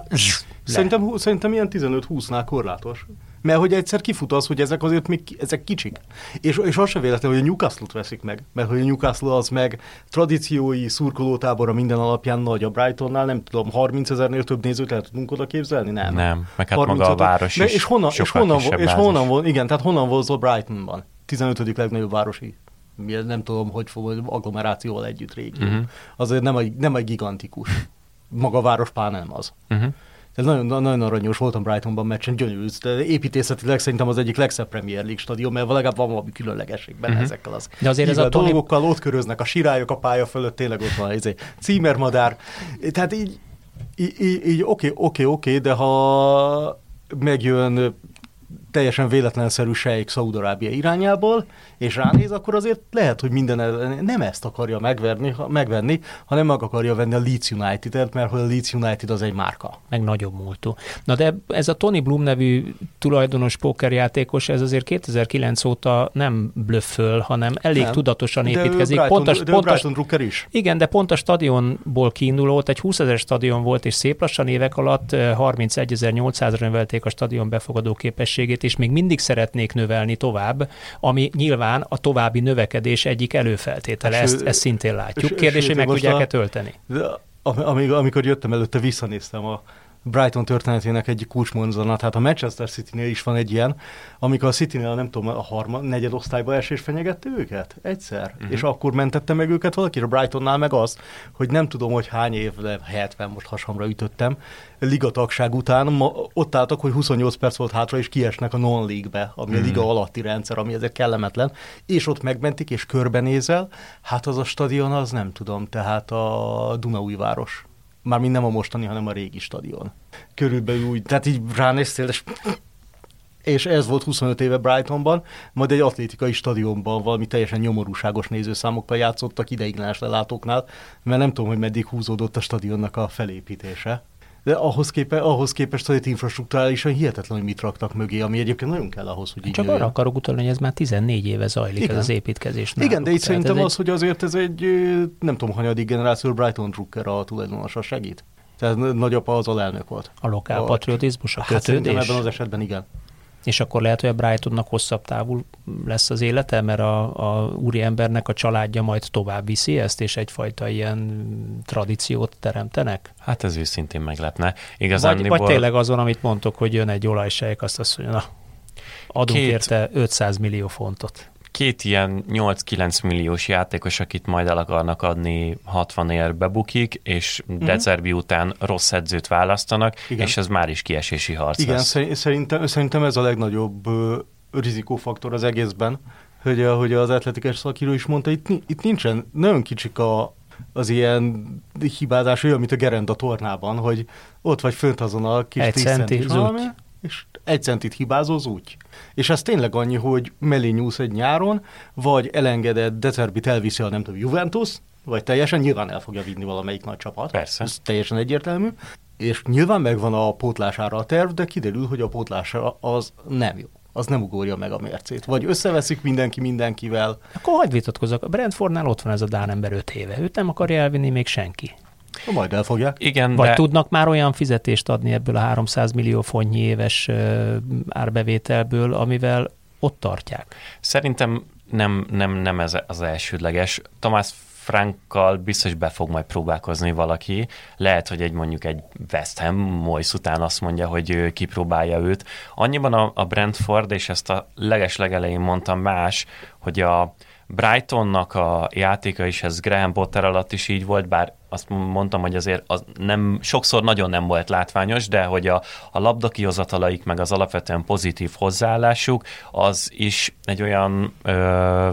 Szerintem, szerintem ilyen tizenöt-húsznál korlátos. Mert hogy egyszer kifut az, hogy ezek azért még ezek kicsik. És, és az se véletlen, hogy a Newcastle-t veszik meg. Mert hogy a Newcastle az meg tradíciói, szurkolótábora minden alapján nagy. A Brightonnál nem tudom, harmincezernél több nézőt el tudunk oda képzelni? Nem. Nem, meg hát maga a város is. És honnan, és honnan, és honnan volt, igen, tehát honnan volt a Brightonban? tizenötödik legnagyobb városi. Nem tudom, hogy fog agglomerációval együtt régió. Uh-huh. Azért nem egy, nem egy gigantikus. Maga a város pár nem az. Uh-huh. Ez nagyon, nagyon aranyos, voltam Brightonban meccsen, gyönyörű. Építészetileg szerintem az egyik legszebb Premier League stadion, mert legalább van valami különlegesség benne uh-huh. ezekkel az. De azért ez a dolgokkal Tony... ott köröznek, a sirályok a pálya fölött, tényleg ott van ez egy címermadár. Tehát így, így, így oké, oké, oké, de ha megjön teljesen véletlenszerű sejk Szaúd-Arábia irányából, és ránéz, akkor azért lehet, hogy minden el, nem ezt akarja megverni, ha, megvenni, hanem meg akarja venni a Leeds United-et, mert hogy a Leeds United az egy márka. Meg nagyobb múltú. Na de ez a Tony Bloom nevű tulajdonos pókerjátékos, ez azért kétezer-kilenc óta nem blöfföl, hanem elég nem. tudatosan építkezik. De Brighton, pont a, de pont Brighton Drucker is. Igen, de pont a stadionból kiinduló, egy húszezer stadion volt, és szép lassan évek alatt harmincegyezer-nyolcszázra növelték a stadion befogadó képességét, és még mindig szeretnék növelni tovább, ami nyilván a további növekedés egyik előfeltétele. Ezt, ezt szintén látjuk. Kérdés, hogy meg tudják-e tölteni? Amíg, amikor jöttem előtte, visszanéztem a Brighton történetének egyik kulcsmozzanat. Hát a Manchester Citynél is van egy ilyen, amikor a Citynél, nem tudom, a harmad, negyed osztályba esés fenyegette őket egyszer, uh-huh. és akkor mentette meg őket valaki. A Brightonnál meg az, hogy nem tudom, hogy hány év, de hetven, most hasamra ütöttem, ligatagság után ma, ott álltak, hogy huszonnyolc perc volt hátra, és kiesnek a non-league-be, ami uh-huh. a liga alatti rendszer, ami ezért kellemetlen, és ott megmentik, és körbenézel, hát az a stadion, az nem tudom, tehát a Dunaújváros. Mármint nem a mostani, hanem a régi stadion. Körülbelül úgy, tehát így ránéztél, és, és ez volt huszonöt éve Brightonban, majd egy atlétikai stadionban valami teljesen nyomorúságos nézőszámokkal játszottak ideiglenes lelátóknál, mert nem tudom, hogy meddig húzódott a stadionnak a felépítése. De ahhoz, képe, ahhoz képest, hogy infrastrukturálisan hihetetlen, hogy mit raktak mögé, ami egyébként nagyon kell ahhoz, hogy így Csak arra akarok utalni, hogy ez már tizennégy éve zajlik, ez az építkezés. Igen, náluk. De itt szerintem az, egy... hogy azért ez egy, nem tudom, hanyadik generáció Brighton Drucker a tulajdonosa segít. Tehát nagyapa az alelnök volt. A lokál a... patriotizmus, a hát kötődés? Hát ebben az esetben igen. És akkor lehet, hogy a Brightonnak hosszabb távú lesz az élete, mert a, a úriembernek a családja majd tovább viszi ezt, és egyfajta ilyen tradíciót teremtenek? Hát ez őszintén meglepne. Igazán vagy, vagy tényleg azon, amit mondtok, hogy jön egy olajsejk, azt azt mondja, na, adunk Két... érte ötszáz millió fontot. Két ilyen nyolc-kilenc milliós játékos, akit majd el akarnak adni hatvanért bebukik, és mm-hmm. Decerbi után rossz edzőt választanak, igen. és ez már is kiesési harc Igen, lesz. Szerintem, szerintem ez a legnagyobb uh, rizikófaktor az egészben, hogy, hogy az atletikes szakíró is mondta, itt, itt nincsen, nagyon kicsik a, az ilyen hibázás, olyan, mint a gerenda tornában, hogy ott vagy fönt azon a kis tíz centis valami, és egy centit hibázóz úgy. És ez tényleg annyi, hogy mellé nyúlsz egy nyáron, vagy elengedett Decerbit elviszi a nem tudom, Juventus, vagy teljesen nyilván el fogja vinni valamelyik nagy csapat. Persze. Ez teljesen egyértelmű. És nyilván megvan a pótlására a terv, de kiderül, hogy a pótlása az nem jó. Az nem ugorja meg a mércét. Vagy összeveszik mindenki mindenkivel. Akkor hagyd vitatkozzak. A Brentfordnál ott van ez a dán ember öt éve. Őt nem akarja elvinni még senki. Majd elfogják. Igen, Vagy de... tudnak már olyan fizetést adni ebből a háromszáz millió fontnyi éves árbevételből, amivel ott tartják? Szerintem nem, nem, nem ez az elsődleges. Thomas Frankkal biztos be fog majd próbálkozni valaki. Lehet, hogy egy mondjuk egy West Ham Moyes után azt mondja, hogy kipróbálja őt. Annyiban a, a Brentford, és ezt a leges-legelején mondtam más, hogy a Brightonnak a játéka is, ez Graham Potter alatt is így volt, bár azt mondtam, hogy azért az nem, sokszor nagyon nem volt látványos, de hogy a, a labdakihozatalaik, meg az alapvetően pozitív hozzáállásuk, az is egy olyan ö,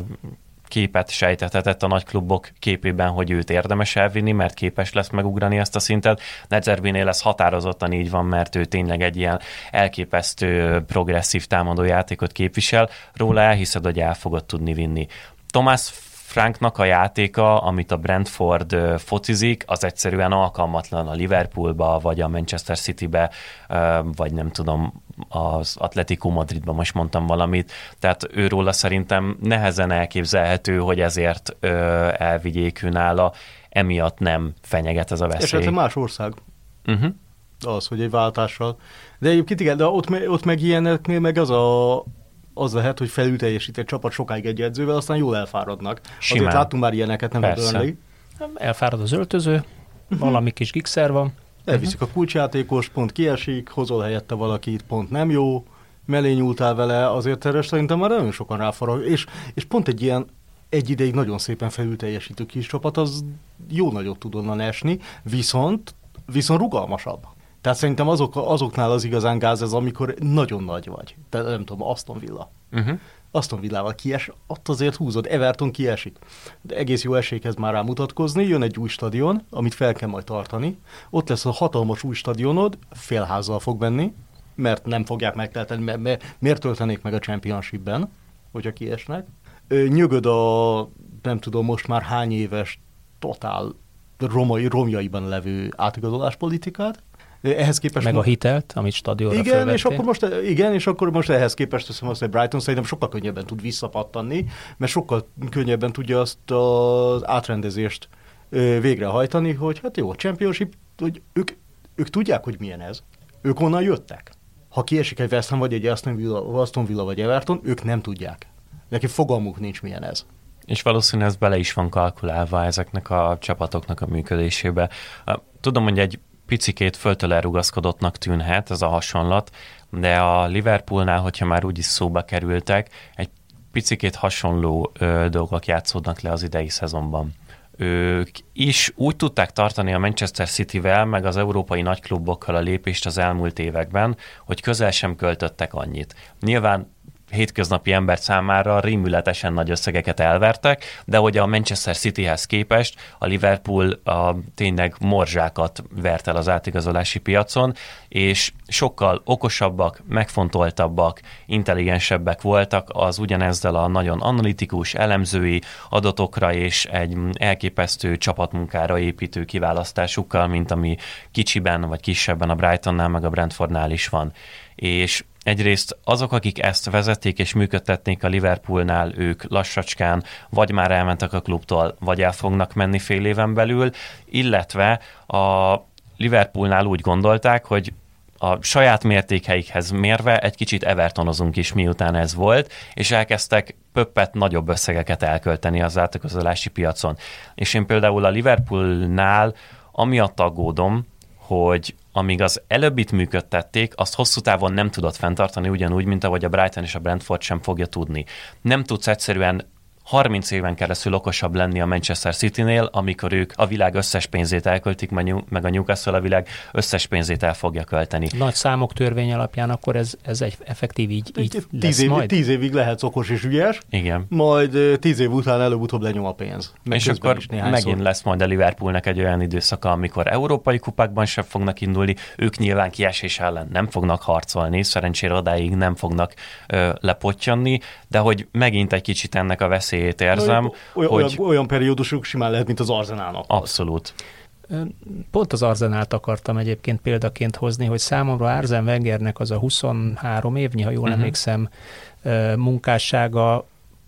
képet sejtethetett a nagyklubok képében, hogy őt érdemes elvinni, mert képes lesz megugrani ezt a szintet. De Zerbinél ez határozottan így van, mert ő tényleg egy ilyen elképesztő progresszív támadójátékot képvisel. Róla elhiszed, hogy el fogod tudni vinni. Thomas Franknak a játéka, amit a Brentford focizik, az egyszerűen alkalmatlan a Liverpoolba, vagy a Manchester Citybe, vagy nem tudom, az Atletico Madridba, most mondtam valamit. Tehát őróla szerintem nehezen elképzelhető, hogy ezért elvigyék ő nála, emiatt nem fenyeget ez a veszély. Esetleg más ország. Uh-huh. Az, hogy egy váltással. De egyébként igen, de ott, ott meg ilyeneknél meg az a az lehet, hogy felülteljesít egy csapat sokáig egy edzővel, aztán jól elfáradnak. Simán. Azért láttunk már ilyeneket, nem a Burnley. Elfárad az öltöző, uh-huh. valami kis gigszer van. Elviszik uh-huh. a kulcsjátékos, pont kiesik, hozol helyette valakit, pont nem jó, mellé nyúltál vele, azért erre szerintem már nagyon sokan ráfarag. És, és pont egy ilyen egy ideig nagyon szépen felülteljesítő kis csapat, az jó nagyot tud onnan esni, viszont, viszont rugalmasabb. Tehát szerintem azok, azoknál az igazán gáz ez, amikor nagyon nagy vagy. Tehát nem tudom, Aston Villa. Uh-huh. Aston Villával kies, ott azért húzod, Everton kiesik. De egész jó esély kezd már rámutatkozni, jön egy új stadion, amit fel kell majd tartani. Ott lesz a hatalmas új stadionod, félházzal fog menni, mert nem fogják megtelteni, mert, mert miért töltenék meg a Championshipben, hogyha kiesnek. Nyögöd a, nem tudom, most már hány éves totál romai, romjaiban levő átigazoláspolitikát. Ehhez képest meg a hitelt, amit stadionra igen, fölvettél. és akkor most, igen, és akkor most ehhez képest teszem azt, hogy Brighton szerintem sokkal könnyebben tud visszapattanni, mert sokkal könnyebben tudja azt az átrendezést végrehajtani, hogy hát jó, a Championship, hogy ők, ők tudják, hogy milyen ez. Ők onnan jöttek. Ha kiesik egy West Ham, vagy egy Aston Villa, Aston Villa vagy Everton, ők nem tudják. Neki fogalmuk nincs, milyen ez. És valószínűleg ez bele is van kalkulálva ezeknek a csapatoknak a működésébe. Tudom, hogy egy picikét föltől elrugaszkodottnak tűnhet ez a hasonlat, de a Liverpoolnál, hogyha már úgyis szóba kerültek, egy picikét hasonló ö, dolgok játszódnak le az idei szezonban. Ők is úgy tudták tartani a Manchester Cityvel, meg az európai nagyklubokkal a lépést az elmúlt években, hogy közel sem költöttek annyit. Nyilván hétköznapi ember számára rémületesen nagy összegeket elvertek, de hogy a Manchester Cityhez képest a Liverpool a, tényleg morzsákat vert el az átigazolási piacon, és sokkal okosabbak, megfontoltabbak, intelligensebbek voltak az ugyanezzel a nagyon analitikus, elemzői adatokra és egy elképesztő csapatmunkára építő kiválasztásukkal, mint ami kicsiben vagy kisebben a Brightonnál meg a Brentfordnál is van. És egyrészt azok, akik ezt vezették és működtetnék a Liverpoolnál, ők lassacskán vagy már elmentek a klubtól, vagy el fognak menni fél éven belül, illetve a Liverpoolnál úgy gondolták, hogy a saját mértékeikhez mérve egy kicsit Evertonozunk is, miután ez volt, és elkezdtek pöppet nagyobb összegeket elkölteni az átigazolási piacon. És én például a Liverpoolnál amiatt aggódom, hogy amíg az előbbit működtették, azt hosszú távon nem tudod fenntartani, ugyanúgy, mint ahogy a Brighton és a Brentford sem fogja tudni. Nem tudsz egyszerűen harminc éven keresztül okosabb lenni a Manchester Citynél, amikor ők a világ összes pénzét elköltik, meg a Newcastle a világ összes pénzét el fogja költeni. Nagy számok törvény alapján akkor ez, ez egy effektív így, így tíz lesz év, majd? Tíz évig lehetsz okos és ügyes, igen. Majd tíz év után előbb-utóbb lenyom a pénz. Meg és akkor megint szor. Lesz majd a Liverpoolnek egy olyan időszaka, amikor európai kupákban sem fognak indulni, ők nyilván kiesés ellen nem fognak harcolni, szerencsére odáig nem fognak ö, lepottyanni, de hogy megint egy kicsit ennek a veszélyét érzem. Olyan, hogy... olyan, olyan periódusok simán lehet, mint az Arsenalnak. Abszolút. Pont az Arsenált akartam egyébként példaként hozni, hogy számomra Arsene Wengernek az a huszonhárom évnyi, ha jól uh-huh. emlékszem, munkássága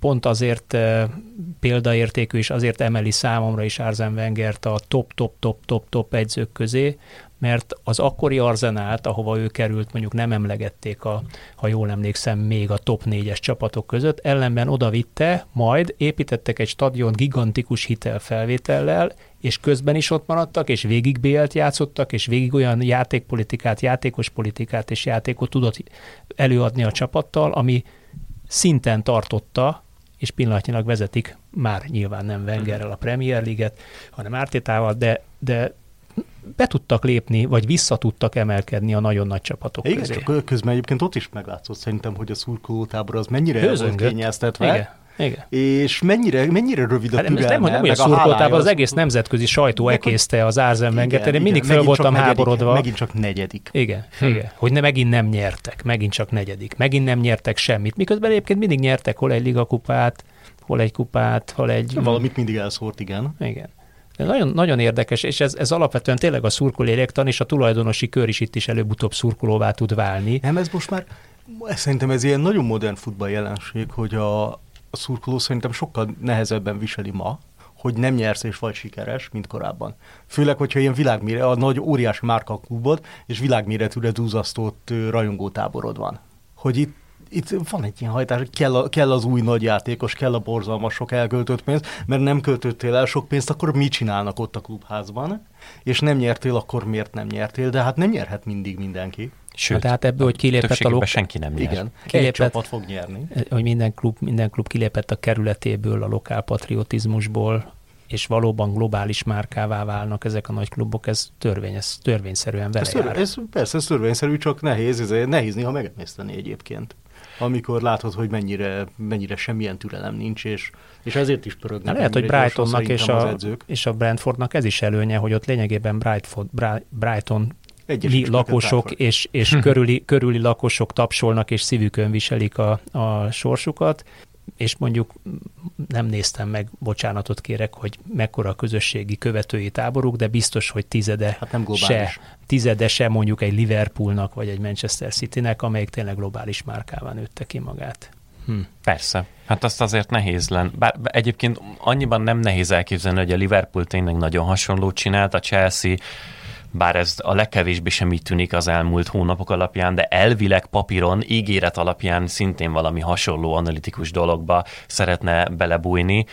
pont azért példaértékű, és azért emeli számomra is Arsene Wengert a top-top-top-top-top edzők közé, mert az akkori Arsenált, ahova ő került, mondjuk nem emlegették, a, ha jól emlékszem, még a top négyes csapatok között, ellenben oda vitte, majd építettek egy stadion gigantikus hitelfelvétellel, és közben is ott maradtak, és végig bé el-t játszottak, és végig olyan játékpolitikát, játékos politikát és játékot tudott előadni a csapattal, ami szinten tartotta, és pillanatnyilag vezetik, már nyilván nem Wengerrel a Premier League-et, hanem Artetával, de, de be tudtak lépni, vagy vissza tudtak emelkedni a nagyon nagy csapatok igen, közé. csak közben egyébként ott is meglátszott szerintem, hogy a szurkolótábor az mennyire el volt kényeztetve. Igen. Igen. És mennyire, mennyire rövid a hát türelme. Nem mondom, hogy a szurkolótában az egész nemzetközi sajtó ekészte az Arsene Wengert, én mindig fel voltam háborodva. Megint csak negyedik. Igen, hm. igen. Hogy ne, megint nem nyertek, megint csak negyedik. Megint nem nyertek semmit. Miközben egyébként mindig nyertek hol egy ligakupát, hol egy kupát, hol egy... Valamit mindig elszórt, igen. Igen. De nagyon, nagyon érdekes, és ez, ez alapvetően tényleg a szurkoló lélektan, és a tulajdonosi kör is itt is előbb-utóbb szurkolóvá tud válni. Nem, ez most már, szerintem ez ilyen nagyon modern futball jelenség, hogy a, a szurkoló szerintem sokkal nehezebben viseli ma, hogy nem nyersz és vagy sikeres, mint korábban. Főleg, hogyha ilyen világméretű, a nagy óriási márkaklubod, és világméretűre dúzasztott rajongótáborod van. Hogy itt Itt van egy ilyen hajtás, hogy kell, a, kell az új nagy játékos, kell a borzalmas sok elköltött pénz, mert nem költöttél el sok pénzt, akkor mit csinálnak ott a klubházban, és nem nyertél, akkor miért nem nyertél, de hát nem nyerhet mindig mindenki. Sőt, tehát ebből, hogy kilépett a lok... senki nem nyer. Igen, kilépett, egy csapat fog nyerni. Hogy minden klub, minden klub kilépett a kerületéből, a lokálpatriotizmusból, és valóban globális márkává válnak ezek a nagy klubok, ez törvény, ez törvényszerűen vele ez, jár. ez, persze, ez törvényszerű, csak nehéz, ez nehéz néha megemészteni egyébként. Amikor látod, hogy mennyire, mennyire semmilyen türelem nincs, és, és ezért is pörögnek. Lehet, hogy Brightonnak és a, és a Brentfordnak ez is előnye, hogy ott lényegében Brightford, Brighton mi lakosok és, és körüli, körüli lakosok tapsolnak és szívükön viselik a, a sorsukat, és mondjuk nem néztem meg, bocsánatot kérek, hogy mekkora a közösségi követői táboruk, de biztos, hogy tizede, hát nem se, tizede se mondjuk egy Liverpoolnak, vagy egy Manchester Citynek, amelyik tényleg globális márkává nőtte ki magát. Hm. Persze. Hát azt azért nehéz lenne. Bár egyébként annyiban nem nehéz elképzelni, hogy a Liverpool tényleg nagyon hasonlót csinált, a Chelsea, bár ez a legkevésbé sem így tűnik az elmúlt hónapok alapján, de elvileg papíron, ígéret alapján szintén valami hasonló analitikus dologba szeretne belebújni,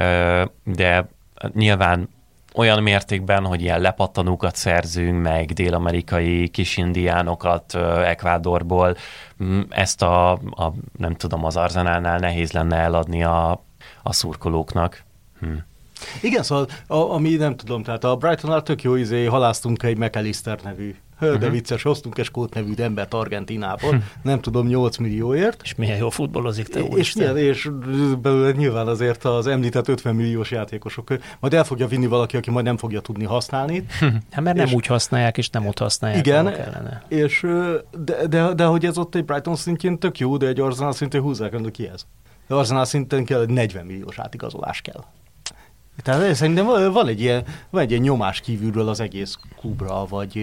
de nyilván olyan mértékben, hogy ilyen lepattanókat szerzünk, meg dél-amerikai kisindiánokat Ekvádorból, ezt a, a nem tudom, az Arsenalnál nehéz lenne eladni a, a szurkolóknak. Hm. Igen, szóval, a, ami nem tudom, tehát a Brightonnál tök jó izé, haláztunk egy McAllister nevű, de uh-huh. vicces, hoztunk egy skót nevű embert Argentinából, hm. nem tudom, nyolc millióért. És milyen jó futballozik, te és, milyen, és belőle nyilván azért az említett ötven milliós játékosok, majd el fogja vinni valaki, aki majd nem fogja tudni használni. Hát mert nem és, úgy használják, és nem ott használják. Igen, és, de, de, de hogy ez ott egy Brighton szintjén tök jó, de egy Arsenal szintén húzzák, hogy ki ez. De Arsenal szinten kell, egy negyven milliós átigazolás kell. Tehát szerintem van egy ilyen, van egy ilyen nyomás kívülről az egész klubra, vagy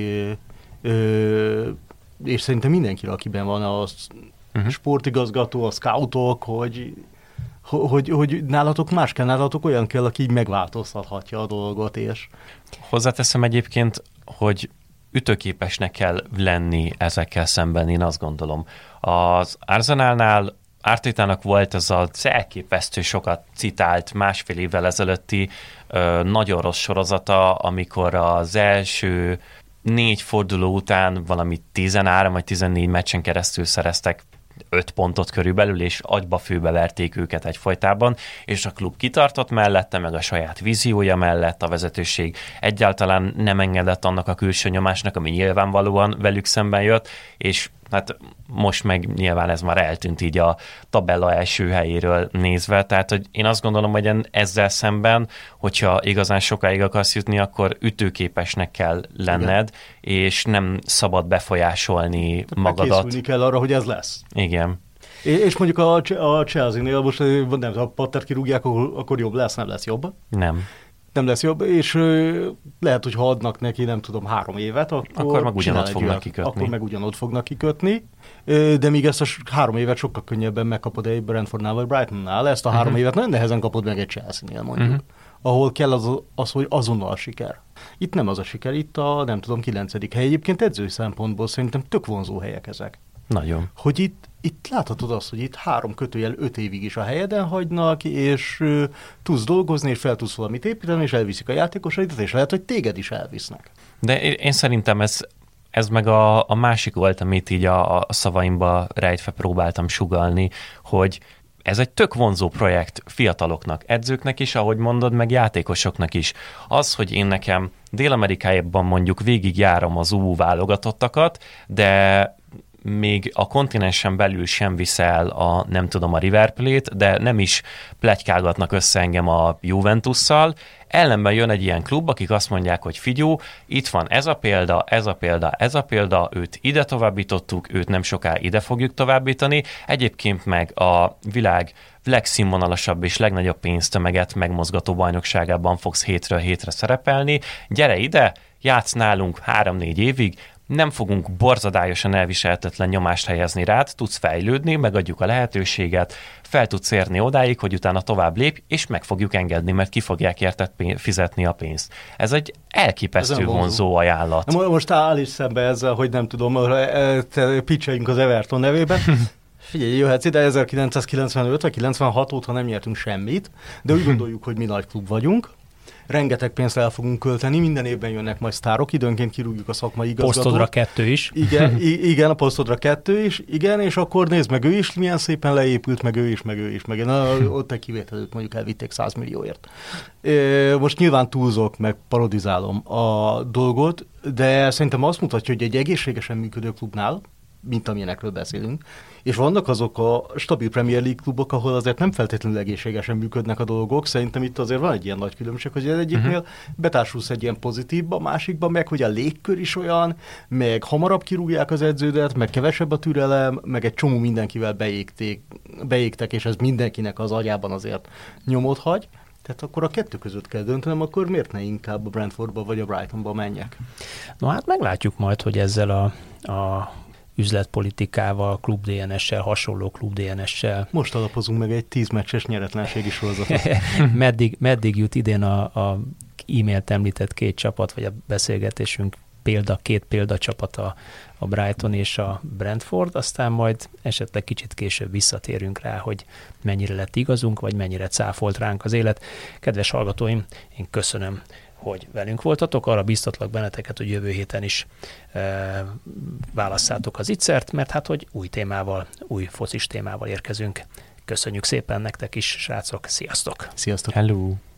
ö, és szerintem mindenkire, akiben van a uh-huh. sportigazgató, a scoutok, hogy, hogy, hogy nálatok más kell, nálatok olyan kell, aki így megváltoztathatja a dolgot. És... Hozzáteszem egyébként, hogy ütőképesnek kell lenni ezekkel szemben, én azt gondolom. Az Arsenalnál Artétának volt ez az elképesztő sokat citált másfél évvel ezelőtti ö, nagyon rossz sorozata, amikor az első négy forduló után valami tizenhárom vagy tizennégy meccsen keresztül szereztek öt pontot körülbelül, és agyba főbe verték őket egyfolytában, és a klub kitartott mellette, meg a saját víziója mellett, a vezetőség egyáltalán nem engedett annak a külső nyomásnak, ami nyilvánvalóan velük szemben jött, és hát most meg nyilván ez már eltűnt így a tabella első helyéről nézve, tehát hogy én azt gondolom, hogy ezzel szemben, hogyha igazán sokáig akarsz jutni, akkor ütőképesnek kell lenned, igen. és nem szabad befolyásolni magadat. Készülni kell arra, hogy ez lesz. Igen. És mondjuk a, a Chelsea-nél most nem, a Pattert kirúgják, akkor, akkor jobb lesz, nem lesz jobb? Nem. Nem lesz jobb, és ö, lehet, hogy ha adnak neki, nem tudom, három évet, akkor, akkor meg ugyanott fognak kikötni. Akkor meg ugyanott fognak kikötni, ö, de míg ezt a három évet sokkal könnyebben megkapod egy Brentfordnál vagy Brightonnál, ezt a három uh-huh. évet nagyon nehezen kapod meg egy Chelsea-nél mondjuk, uh-huh. ahol kell az, az, hogy azonnal a siker. Itt nem az a siker, itt a, nem tudom, kilencedik hely. Egyébként edzői szempontból szerintem tök vonzó helyek ezek. Nagyon. Hogy itt, itt láthatod azt, hogy itt három kötőjel öt évig is a helyeden hagynak, és uh, tudsz dolgozni, és fel tudsz valamit építeni, és elviszik a játékosaidat, és lehet, hogy téged is elvisznek. De én szerintem ez, ez meg a, a másik volt, amit így a, a szavaimba rejtve próbáltam sugallni, hogy ez egy tök vonzó projekt fiataloknak, edzőknek is, ahogy mondod, meg játékosoknak is. Az, hogy én nekem Dél-Amerikájában mondjuk végigjárom az U válogatottakat, de még a kontinensen belül sem viszel a, nem tudom, a River Plate, de nem is pletykálgatnak össze engem a Juventusszal. Ellenben jön egy ilyen klub, akik azt mondják, hogy figyú, itt van ez a példa, ez a példa, ez a példa, őt ide továbbítottuk, őt nem soká ide fogjuk továbbítani. Egyébként meg a világ legszínvonalasabb és legnagyobb pénztömeget megmozgató bajnokságában fogsz hétről hétre szerepelni. Gyere ide, játsz nálunk három-négy évig, nem fogunk borzadályosan elviselhetetlen nyomást helyezni rád, tudsz fejlődni, megadjuk a lehetőséget, fel tudsz érni odáig, hogy utána tovább lépj, és meg fogjuk engedni, mert ki fogják érted fizetni a pénzt. Ez egy elképesztő Ez vonzó ajánlat. Most állíts szembe ezzel, hogy nem tudom, pitcheljünk az Everton nevében. Figyelj, jöhetsz ide, ezerkilencszázkilencvenöt vagy kilencvenhat óta nem nyertünk semmit, de úgy gondoljuk, hogy mi nagy klub vagyunk. Rengeteg pénzt el fogunk költeni, minden évben jönnek majd sztárok, időnként kirúgjuk a szakmai igazgatót. Posztodra kettő is. Igen, igen, a posztodra kettő is, igen, és akkor nézd meg, ő is milyen szépen leépült, meg ő is, meg ő is, meg na, ott egy kivételőt mondjuk elvitték száz millióért. Most nyilván túlzok, meg parodizálom a dolgot, de szerintem azt mutatja, hogy egy egészségesen működő klubnál, mint amilyenekről beszélünk, és vannak azok a stabil Premier League klubok, ahol azért nem feltétlenül egészségesen működnek a dolgok. Szerintem itt azért van egy ilyen nagy különbség, hogy az egyiknél uh-huh. betársulsz egy ilyen pozitívba, a másikban meg, hogy a légkör is olyan, meg hamarabb kirúgják az edződet, meg kevesebb a türelem, meg egy csomó mindenkivel beégték, beégtek, és ez mindenkinek az agyában azért nyomot hagy. Tehát akkor a kettő között kell döntenem, akkor miért ne inkább a Brentfordba vagy a Brightonba menjek? No hát meglátjuk majd, hogy ezzel a, a üzletpolitikával, klub dé en es-sel, hasonló klub dé en es-sel. Most alapozunk meg egy tíz meccses nyeretlenségi sorozatot. meddig, meddig jut idén a, a e-mailt említett két csapat, vagy a beszélgetésünk példa, két példacsapat, a, a Brighton és a Brentford, aztán majd esetleg kicsit később visszatérünk rá, hogy mennyire lett igazunk, vagy mennyire cáfolt ránk az élet. Kedves hallgatóim, én köszönöm, hogy velünk voltatok, arra biztatlak benneteket, hogy jövő héten is e, válasszátok az ittszert, mert hát, hogy új témával, új focis témával érkezünk. Köszönjük szépen nektek is, srácok, sziasztok! Sziasztok! Hello!